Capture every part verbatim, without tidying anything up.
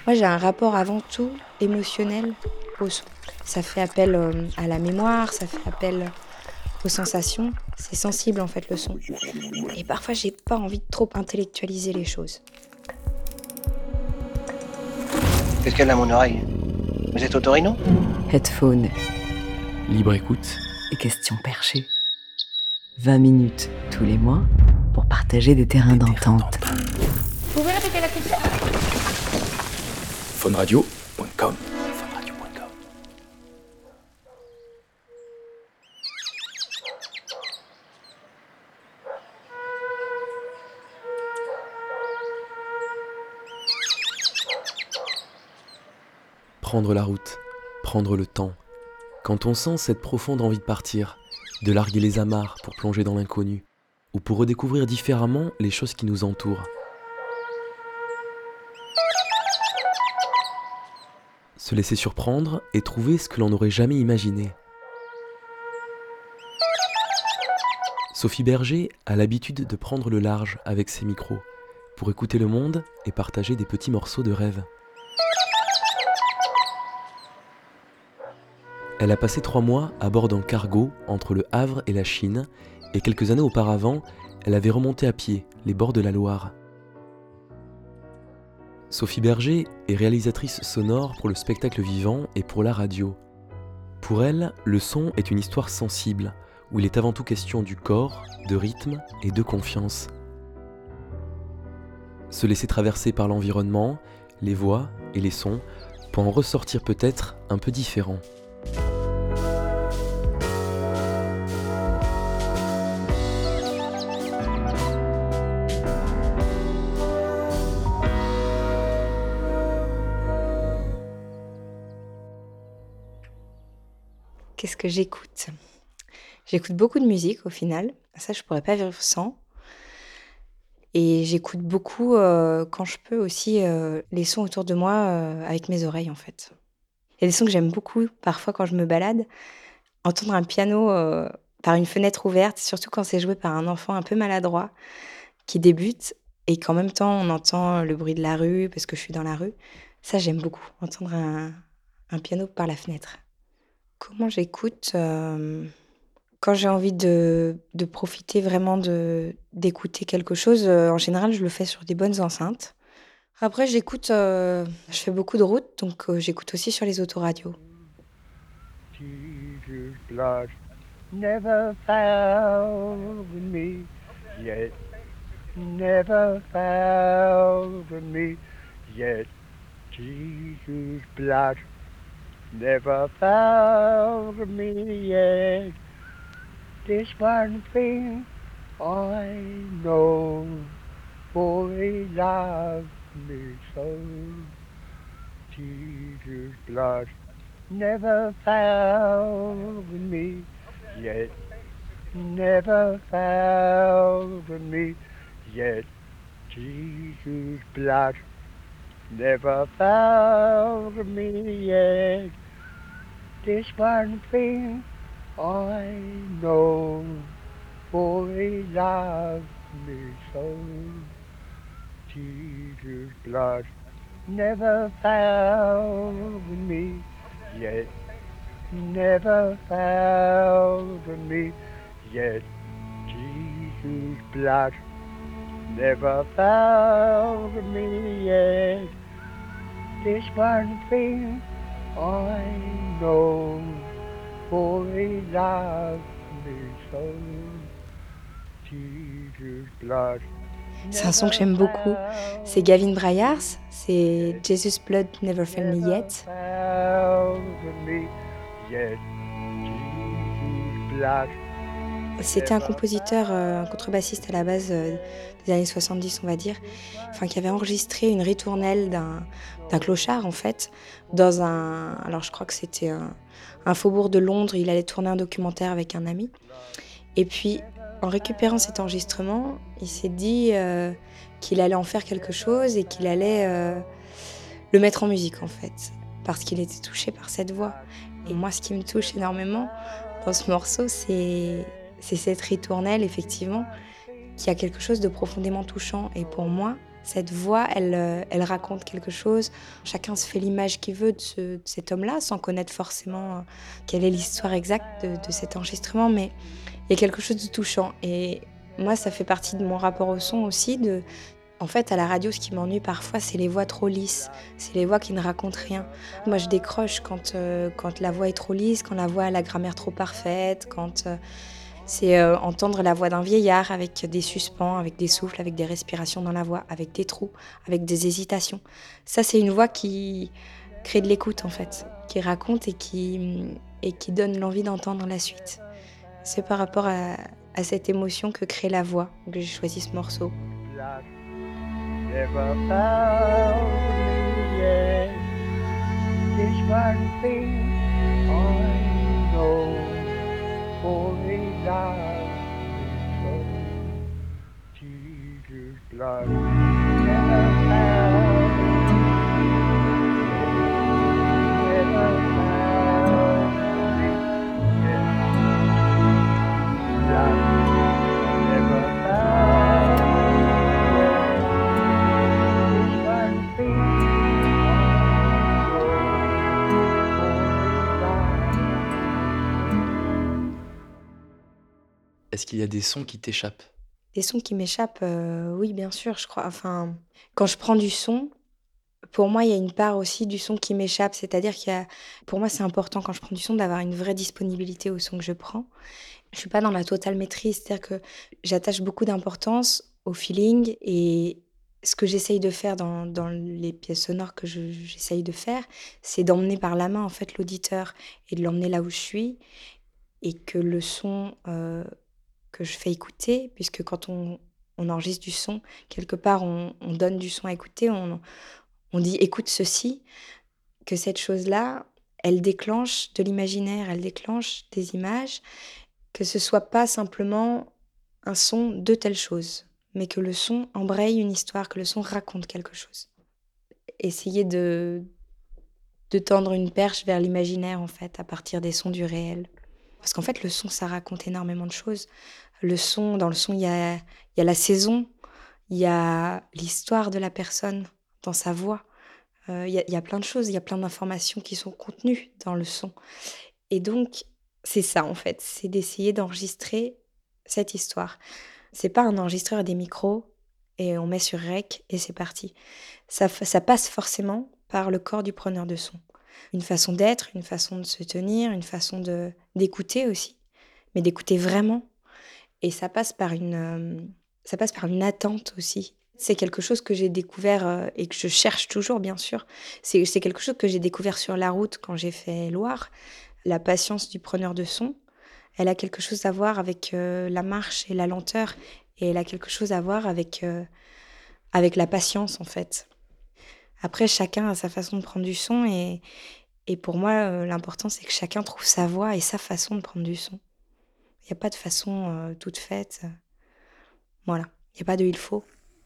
Moi, j'ai un rapport avant tout émotionnel au son. Ça fait appel euh, à la mémoire, ça fait appel aux sensations. C'est sensible en fait le son. Et parfois, j'ai pas envie de trop intellectualiser les choses. Qu'est-ce qu'elle a à mon oreille? Vous êtes au Torino? Headphone Libre écoute. et questions perchées. vingt minutes tous les mois pour partager des terrains d'entente. Vous pouvez répéter la question? Phoneradio point com. Phoneradio point com. Prendre la route, prendre le temps. Quand on sent cette profonde envie de partir, de larguer les amarres pour plonger dans l'inconnu, ou pour redécouvrir différemment les choses qui nous entourent. Se laisser surprendre et trouver ce que l'on n'aurait jamais imaginé. Sophie Berger a l'habitude de prendre le large avec ses micros, pour écouter le monde et partager des petits morceaux de rêve. Elle a passé trois mois à bord d'un cargo entre le Havre et la Chine, et quelques années auparavant, elle avait remonté à pied les bords de la Loire. Sophie Berger est réalisatrice sonore pour le spectacle vivant et pour la radio. Pour elle, le son est une histoire sensible, où il est avant tout question du corps, de rythme et de confiance. Se laisser traverser par l'environnement, les voix et les sons, pour en ressortir peut-être un peu différent. Qu'est-ce que j'écoute? J'écoute beaucoup de musique au final. Ça, je pourrais pas vivre sans. Et j'écoute beaucoup, euh, quand je peux aussi, euh, les sons autour de moi euh, avec mes oreilles en fait. Il y a des sons que j'aime beaucoup, parfois quand je me balade. Entendre un piano euh, par une fenêtre ouverte, surtout quand c'est joué par un enfant un peu maladroit qui débute et qu'en même temps on entend le bruit de la rue parce que je suis dans la rue. Ça, j'aime beaucoup, entendre un, un piano par la fenêtre. Comment j'écoute euh, quand j'ai envie de, de profiter vraiment de, d'écouter quelque chose, euh, en général, je le fais sur des bonnes enceintes. Après, j'écoute, euh, je fais beaucoup de route, donc euh, j'écoute aussi sur les autoradios. Jesus' blood never found me yet, never found me yet. Jesus' blood never found me yet. This one thing I know, for he loved me so. Jesus' blood never found me yet, never found me yet. Jesus' blood never found me yet. This one thing I know, for he loved me so. Jesus' blood never found me yet, never found me yet. Jesus' blood never found me yet. This one thing I know, for he loved me so. Jesus' blood. C'est un son que j'aime beaucoup. C'est Gavin Bryars, c'est Jesus' Blood Never Found Me Yet. C'était un compositeur, euh, un contrebassiste à la base euh, des années soixante-dix, on va dire, enfin, qui avait enregistré une ritournelle d'un, d'un clochard, en fait, dans un... Alors, je crois que c'était un, un faubourg de Londres. Il allait tourner un documentaire avec un ami. Et puis, en récupérant cet enregistrement, il s'est dit euh, qu'il allait en faire quelque chose et qu'il allait euh, le mettre en musique, en fait, parce qu'il était touché par cette voix. Et moi, ce qui me touche énormément dans ce morceau, c'est, c'est cette ritournelle, effectivement, qui a quelque chose de profondément touchant. Et pour moi, Cette voix, elle, euh, elle raconte quelque chose. Chacun se fait l'image qu'il veut de, ce, de cet homme-là, sans connaître forcément euh, quelle est l'histoire exacte de, de cet enregistrement, mais il y a quelque chose de touchant. Et moi, ça fait partie de mon rapport au son aussi. De, en fait, à la radio, ce qui m'ennuie parfois, c'est les voix trop lisses. C'est les voix qui ne racontent rien. Moi, je décroche quand, euh, quand la voix est trop lisse, quand la voix a la grammaire trop parfaite, quand... Euh, C'est euh, entendre la voix d'un vieillard avec des suspens, avec des souffles, avec des respirations dans la voix, avec des trous, avec des hésitations. Ça, c'est une voix qui crée de l'écoute, en fait, qui raconte et qui, et qui donne l'envie d'entendre la suite. C'est par rapport à, à cette émotion que crée la voix que j'ai choisi ce morceau. Never found me yet. This one thing I know. For his eyes, Jesus' blood never found me, never found me, blood never found me. This one thing I know, for his eyes. Est-ce qu'il y a des sons qui t'échappent? Des sons qui m'échappent, euh, oui, bien sûr, je crois. Enfin, quand je prends du son, pour moi, il y a une part aussi du son qui m'échappe. C'est-à-dire qu'il y a, pour moi, c'est important quand je prends du son d'avoir une vraie disponibilité au son que je prends. Je suis pas dans la totale maîtrise, c'est-à-dire que j'attache beaucoup d'importance au feeling et ce que j'essaye de faire dans, dans les pièces sonores que je- j'essaye de faire, c'est d'emmener par la main en fait l'auditeur et de l'emmener là où je suis et que le son euh, que je fais écouter, puisque quand on, on enregistre du son, quelque part on, on donne du son à écouter, on, on dit écoute ceci, que cette chose-là, elle déclenche de l'imaginaire, elle déclenche des images, que ce soit pas simplement un son de telle chose, mais que le son embraye une histoire, que le son raconte quelque chose. Essayer de, de tendre une perche vers l'imaginaire, en fait, à partir des sons du réel. Parce qu'en fait, le son, ça raconte énormément de choses. Le son, dans le son, il y a, il y a la saison, il y a l'histoire de la personne dans sa voix. Euh, Il y a, il y a plein de choses, il y a plein d'informations qui sont contenues dans le son. Et donc, c'est ça, en fait, c'est d'essayer d'enregistrer cette histoire. C'est pas un enregistreur et des micros, et on met sur rec, et c'est parti. Ça, fa- ça passe forcément par le corps du preneur de son. Une façon d'être, une façon de se tenir, une façon de, d'écouter aussi, mais d'écouter vraiment. Et ça passe par une, euh, ça passe par une attente aussi. C'est quelque chose que j'ai découvert euh, et que je cherche toujours, bien sûr. C'est, c'est quelque chose que j'ai découvert sur la route quand j'ai fait Loire. La patience du preneur de son, elle a quelque chose à voir avec euh, la marche et la lenteur. Et elle a quelque chose à voir avec, euh, avec la patience, en fait. Après, chacun a sa façon de prendre du son. Et, et pour moi, euh, l'important, c'est que chacun trouve sa voix et sa façon de prendre du son. Il n'y a pas de façon euh, toute faite. Voilà. Il n'y a pas de il faut.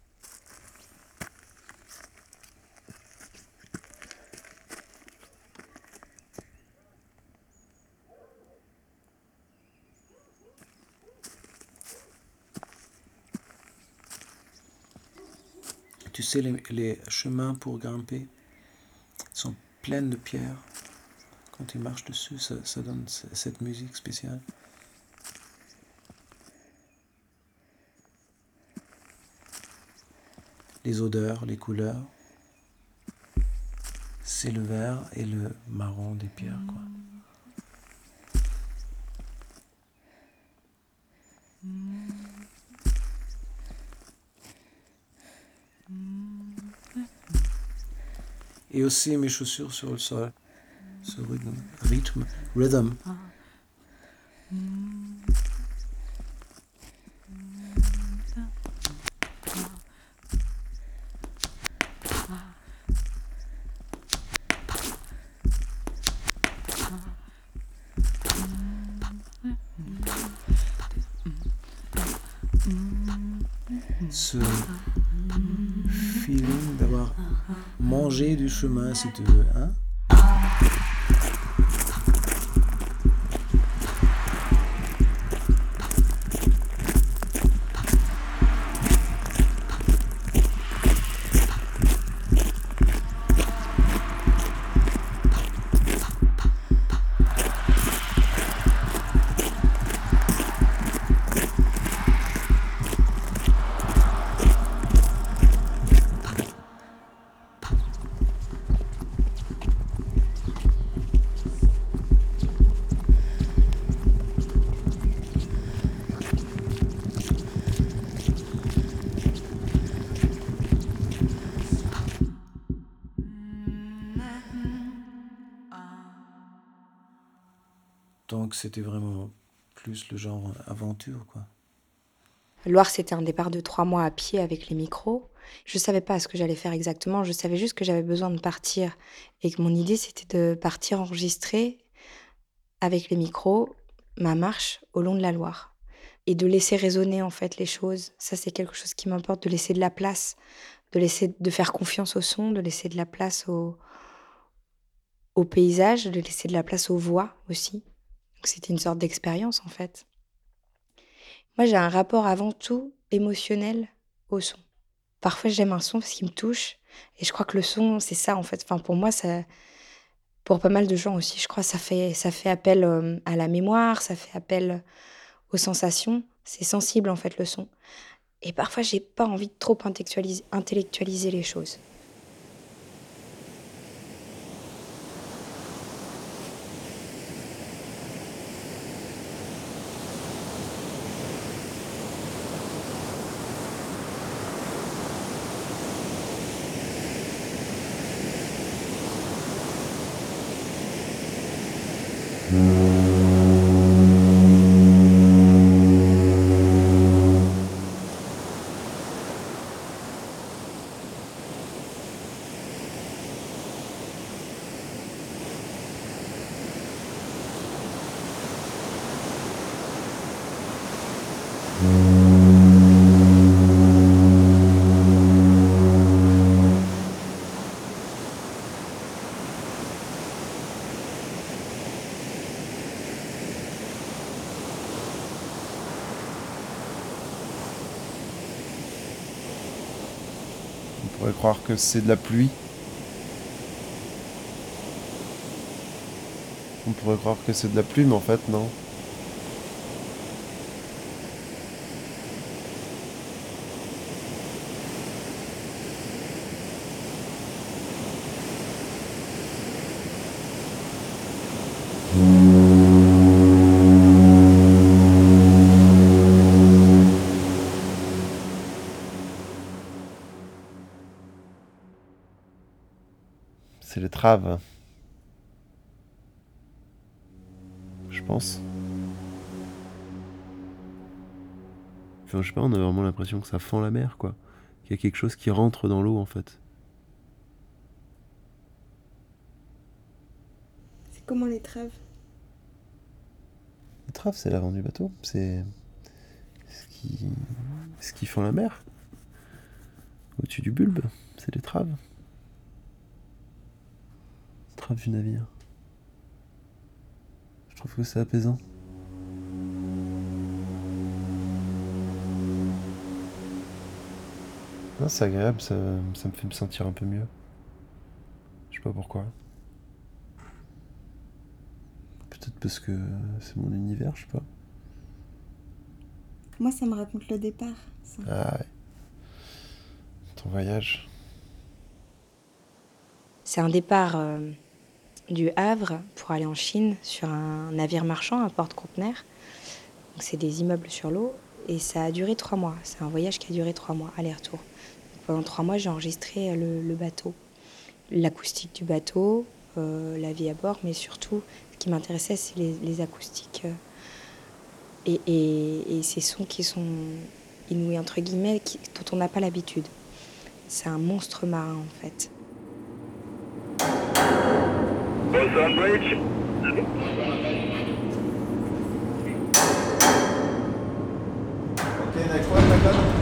Tu sais, les, les chemins pour grimper sont pleins de pierres. Quand tu marches dessus, ça, ça donne c- cette musique spéciale. Les odeurs, les couleurs, c'est le vert et le marron des pierres, quoi. Et aussi mes chaussures sur le sol, ce rythme, rythme, rhythm. Ce feeling d'avoir mangé du chemin, si tu veux, hein? Donc c'était vraiment plus le genre aventure, quoi. Loire, c'était un départ de trois mois à pied avec les micros. Je savais pas ce que j'allais faire exactement, je savais juste que j'avais besoin de partir et que mon idée, c'était de partir enregistrer avec les micros ma marche au long de la Loire et de laisser résonner en fait les choses. Ça, c'est quelque chose qui m'importe, de laisser de la place, de laisser, de faire confiance au son, de laisser de la place au, au paysage, de laisser de la place aux voix aussi. Donc, c'était une sorte d'expérience en fait. Moi, j'ai un rapport avant tout émotionnel au son. Parfois, j'aime un son parce qu'il me touche. Et je crois que le son, c'est ça, en fait. Enfin, pour moi, ça, pour pas mal de gens aussi, je crois, ça fait, ça fait appel euh, à la mémoire, ça fait appel aux sensations. C'est sensible, en fait, le son. Et parfois, j'ai pas envie de trop intellectualiser, intellectualiser les choses. On pourrait croire que c'est de la pluie. On pourrait croire que c'est de la pluie, mais en fait, non. C'est les traves. Je pense. Enfin, je sais pas, on a vraiment l'impression que ça fend la mer, quoi. Qu'il y a quelque chose qui rentre dans l'eau, en fait. C'est comment les traves? Les traves, c'est l'avant du bateau. C'est ce qui... ce qui fend la mer. Au-dessus du bulbe, c'est les traves. Traves du navire. Je trouve que c'est apaisant. Non, c'est agréable, ça, ça me fait me sentir un peu mieux. Je sais pas pourquoi. Peut-être parce que c'est mon univers, je sais pas. Moi, ça me raconte le départ. Ça. Ah ouais. Ton voyage. C'est un départ euh, du Havre pour aller en Chine sur un navire marchand, un porte-conteneurs. Donc c'est des immeubles sur l'eau et ça a duré trois mois. C'est un voyage qui a duré trois mois, aller-retour. Donc pendant trois mois, j'ai enregistré le, le bateau, l'acoustique du bateau, euh, la vie à bord, mais surtout, ce qui m'intéressait, c'est les, les acoustiques euh, et, et, et ces sons qui sont inouïs, entre guillemets, qui, dont on n'a pas l'habitude. C'est un monstre marin, en fait. Bridge. Ok, next one, my gun.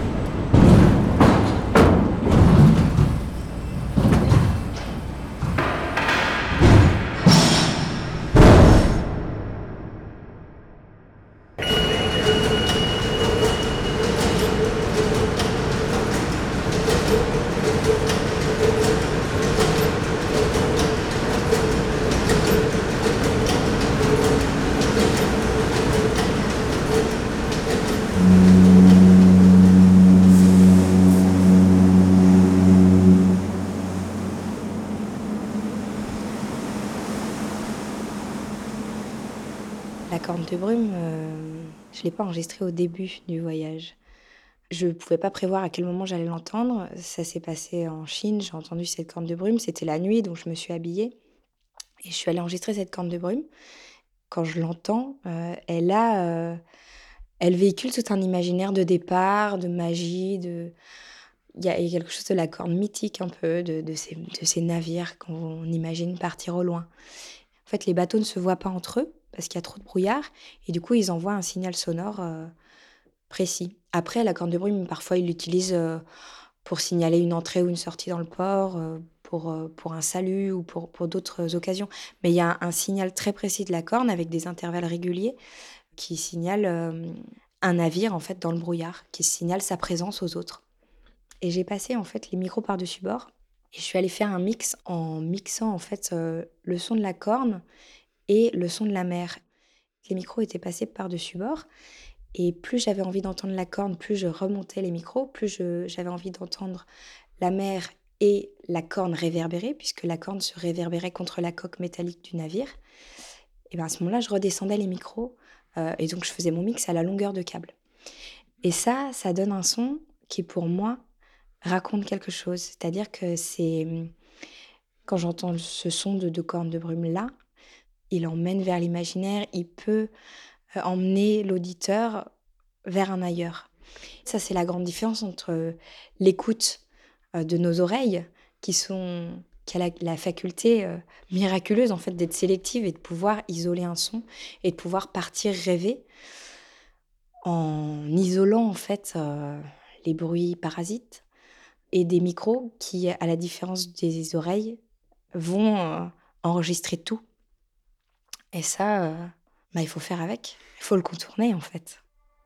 La corne de brume, euh, je ne l'ai pas enregistrée au début du voyage. Je ne pouvais pas prévoir à quel moment j'allais l'entendre. Ça s'est passé en Chine, j'ai entendu cette corne de brume. C'était la nuit, donc je me suis habillée. Et je suis allée enregistrer cette corne de brume. quand je l'entends, heu, elle a, heu, elle véhicule tout un imaginaire de départ, de magie, de il y a il y a quelque chose de la corne mythique un peu, de de ces de ces navires qu'on imagine partir au loin. En fait, les bateaux ne se voient pas entre eux parce qu'il y a trop de brouillard et du coup, ils envoient un signal sonore, heu, précis. Après, la corne de brume, parfois, ils l'utilisent, heu, pour signaler une entrée ou une sortie dans le port, heu, pour, heu, pour un salut ou pour pour d'autres occasions. Mais il y a un signal très précis de la corne avec des intervalles réguliers qui signale, hem, un navire, en fait, dans le brouillard, qui signale sa présence aux autres. Et j'ai passé, en fait, les micros par-dessus bord et je suis allée faire un mix en mixant, en fait, heu, le son de la corne et le son de la mer. Les micros étaient passés par-dessus bord et plus j'avais envie d'entendre la corne, plus je remontais les micros, plus je j'avais envie d'entendre la mer et la corne réverbérer, puisque la corne se réverbérait contre la coque métallique du navire. Et ben, à ce moment-là, je redescendais les micros, heu et donc je faisais mon mix à la longueur de câble. Et ça, ça donne un son qui, pour moi, raconte quelque chose. C'est-à-dire que c'est, mmh, quand j'entends ce son de de corne de brume-là, il emmène vers l'imaginaire, il peut, heu, emmener l'auditeur vers un ailleurs. Ça, c'est la grande différence entre l'écoute, heu, de nos oreilles qui sont qui a la la faculté, heu, miraculeuse, en fait, d'être sélective et de pouvoir isoler un son et de pouvoir partir rêver en isolant, en fait, heu, les bruits parasites et des micros qui, à la différence des oreilles, vont, heu, enregistrer tout. Et ça, heu, bah, il faut faire avec. Il faut le contourner, en fait.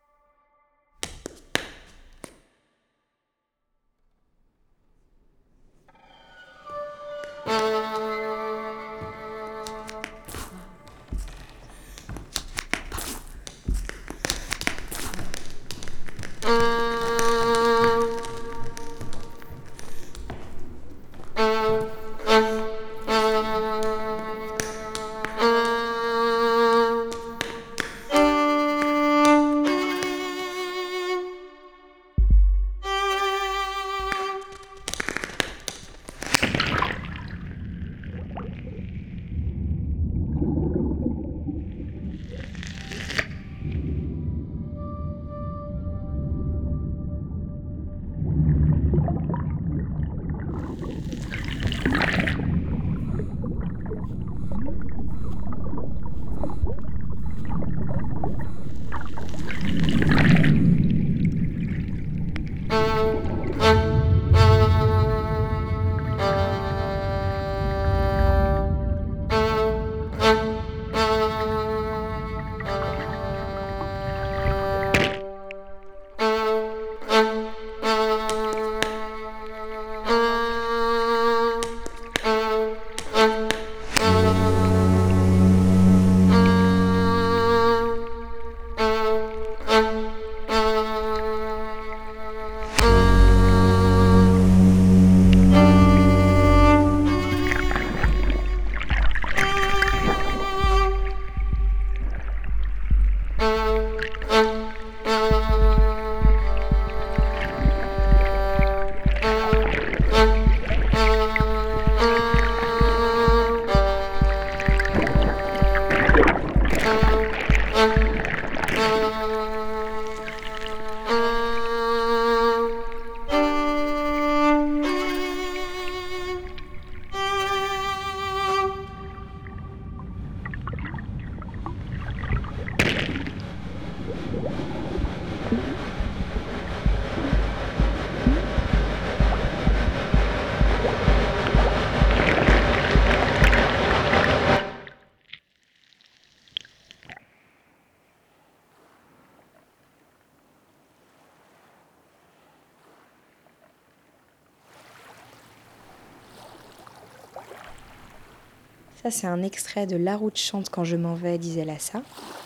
Ça, c'est un extrait de La route chante quand je m'en vais, disait Lassa.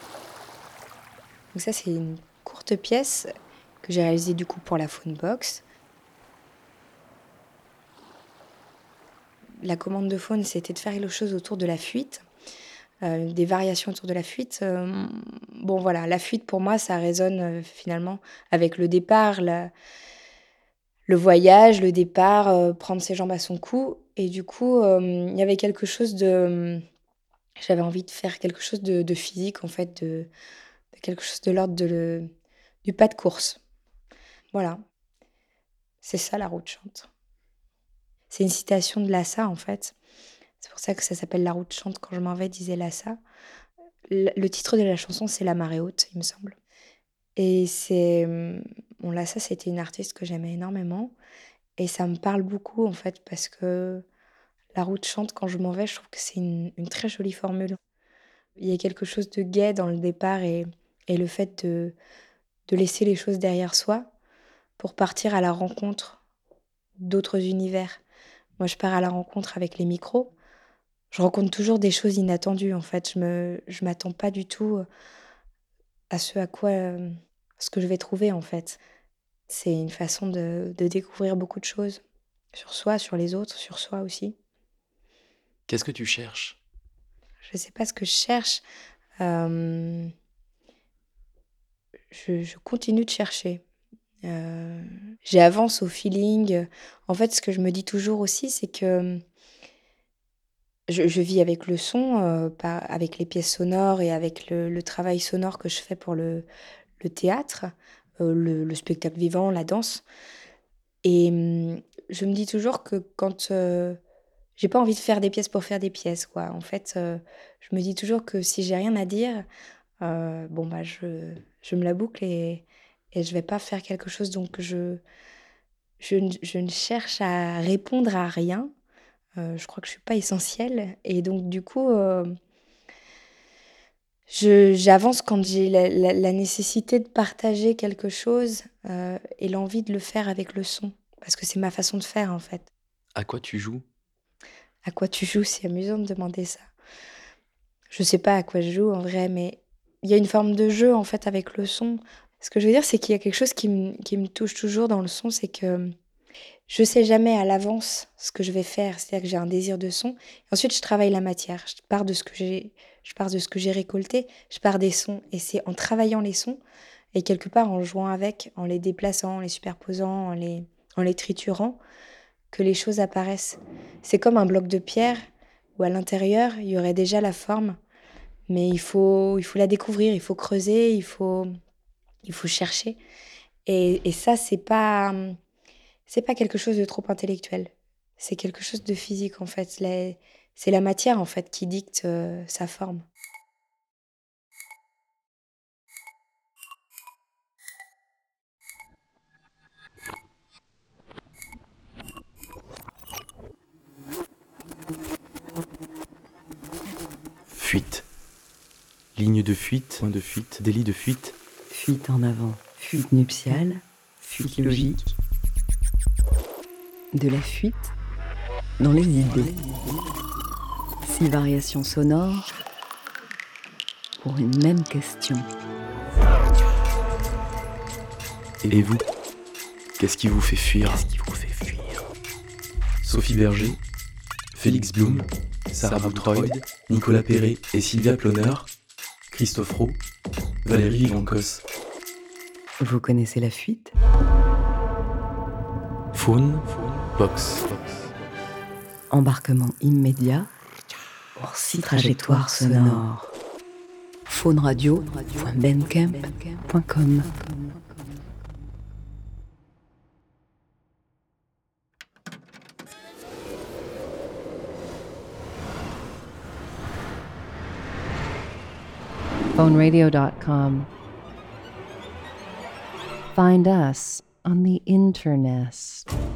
Donc ça, c'est une courte pièce que j'ai réalisée du coup pour la Phonebox. La commande de Faune, c'était de faire quelque chose autour de la fuite, euh, des variations autour de la fuite. Euh, bon voilà, la fuite pour moi, ça résonne euh, finalement avec le départ, la- le voyage, le départ, euh, prendre ses jambes à son cou. Et du coup, euh, il y avait quelque chose de J'avais envie de faire quelque chose de de physique en fait, de de quelque chose de l'ordre de le du pas de course. Voilà, c'est ça la route chante. C'est une citation de Lhasa en fait. C'est pour ça que ça s'appelle La route chante quand je m'en vais, disait Lhasa. Le le titre de la chanson, c'est La marée haute, il me semble et c'est, mmh, bon Lhasa, c'était une artiste que j'aimais énormément et ça me parle beaucoup en fait parce que la route chante quand je m'en vais, je trouve que c'est une une très jolie formule. Il y a quelque chose de gai dans le départ et et le fait de de laisser les choses derrière soi pour partir à la rencontre d'autres univers. Moi, je pars à la rencontre avec les micros. Je rencontre toujours des choses inattendues, en fait. Je me je m'attends pas du tout, à ce à quoi, hem, ce que je vais trouver, en fait. C'est une façon de de découvrir beaucoup de choses sur soi, sur les autres, sur soi aussi. Qu'est-ce que tu cherches? Je sais pas ce que je cherche, hem je je continue de chercher. Heu, j'avance au feeling, en fait, ce que je me dis toujours aussi, c'est que, mmh je je vis avec le son, heu, pas avec les pièces sonores et avec le le travail sonore que je fais pour le le théâtre, heu, le le spectacle vivant, la danse et mmh, je me dis toujours que quand, heu j'ai pas envie de faire des pièces pour faire des pièces, quoi. En fait, heu, je me dis toujours que si j'ai rien à dire, heu, bon, bah, je je me la boucle et et je vais pas faire quelque chose donc je je ne je ne cherche à répondre à rien. Heu, je crois que je suis pas essentielle et donc du coup, hem je j'avance quand j'ai la la la nécessité de partager quelque chose, heu et l'envie de le faire avec le son, parce que c'est ma façon de faire, en fait. À quoi tu joues? À quoi tu joues? C'est amusant de demander ça. Je sais pas à quoi je joue en vrai, mais il y a une forme de jeu, en fait, avec le son. Ce que je veux dire, c'est qu'il y a quelque chose qui me qui me touche toujours dans le son, c'est que je sais jamais à l'avance ce que je vais faire. C'est-à-dire que j'ai un désir de son et ensuite je travaille la matière. Je pars de ce que j'ai je pars de ce que j'ai récolté, je pars des sons et c'est en travaillant les sons et quelque part en jouant avec, en les déplaçant, en les superposant, en les en les triturant, que les choses apparaissent. C'est comme un bloc de pierre où à l'intérieur, il y aurait déjà la forme, mais il faut il faut la découvrir, il faut creuser, il faut il faut chercher et et ça, c'est pas, mmh, c'est pas quelque chose de trop intellectuel. C'est quelque chose de physique, en fait. Les c'est la matière, en fait, qui dicte, heu, sa forme. Fuite. Ligne de fuite, point de fuite, délit de fuite. Fuite en avant, fuite nuptiale, fuite logique. De la fuite dans les idées. Six variations sonores pour une même question. Et vous, qu'est-ce qui vous fait fuir? Qu'est-ce qui vous fait fuir? Sophie Berger, Félix Blum, Sarah Boutroyd, Nicolas Perret et Sylvia Ploner, Christophe Roux, Valérie Vancos. Vous connaissez la fuite? Faune, box. Embarquement immédiat pour six trajectoires sonores. faune radio point bandcamp point com phone radio dot com. Find us on the internet.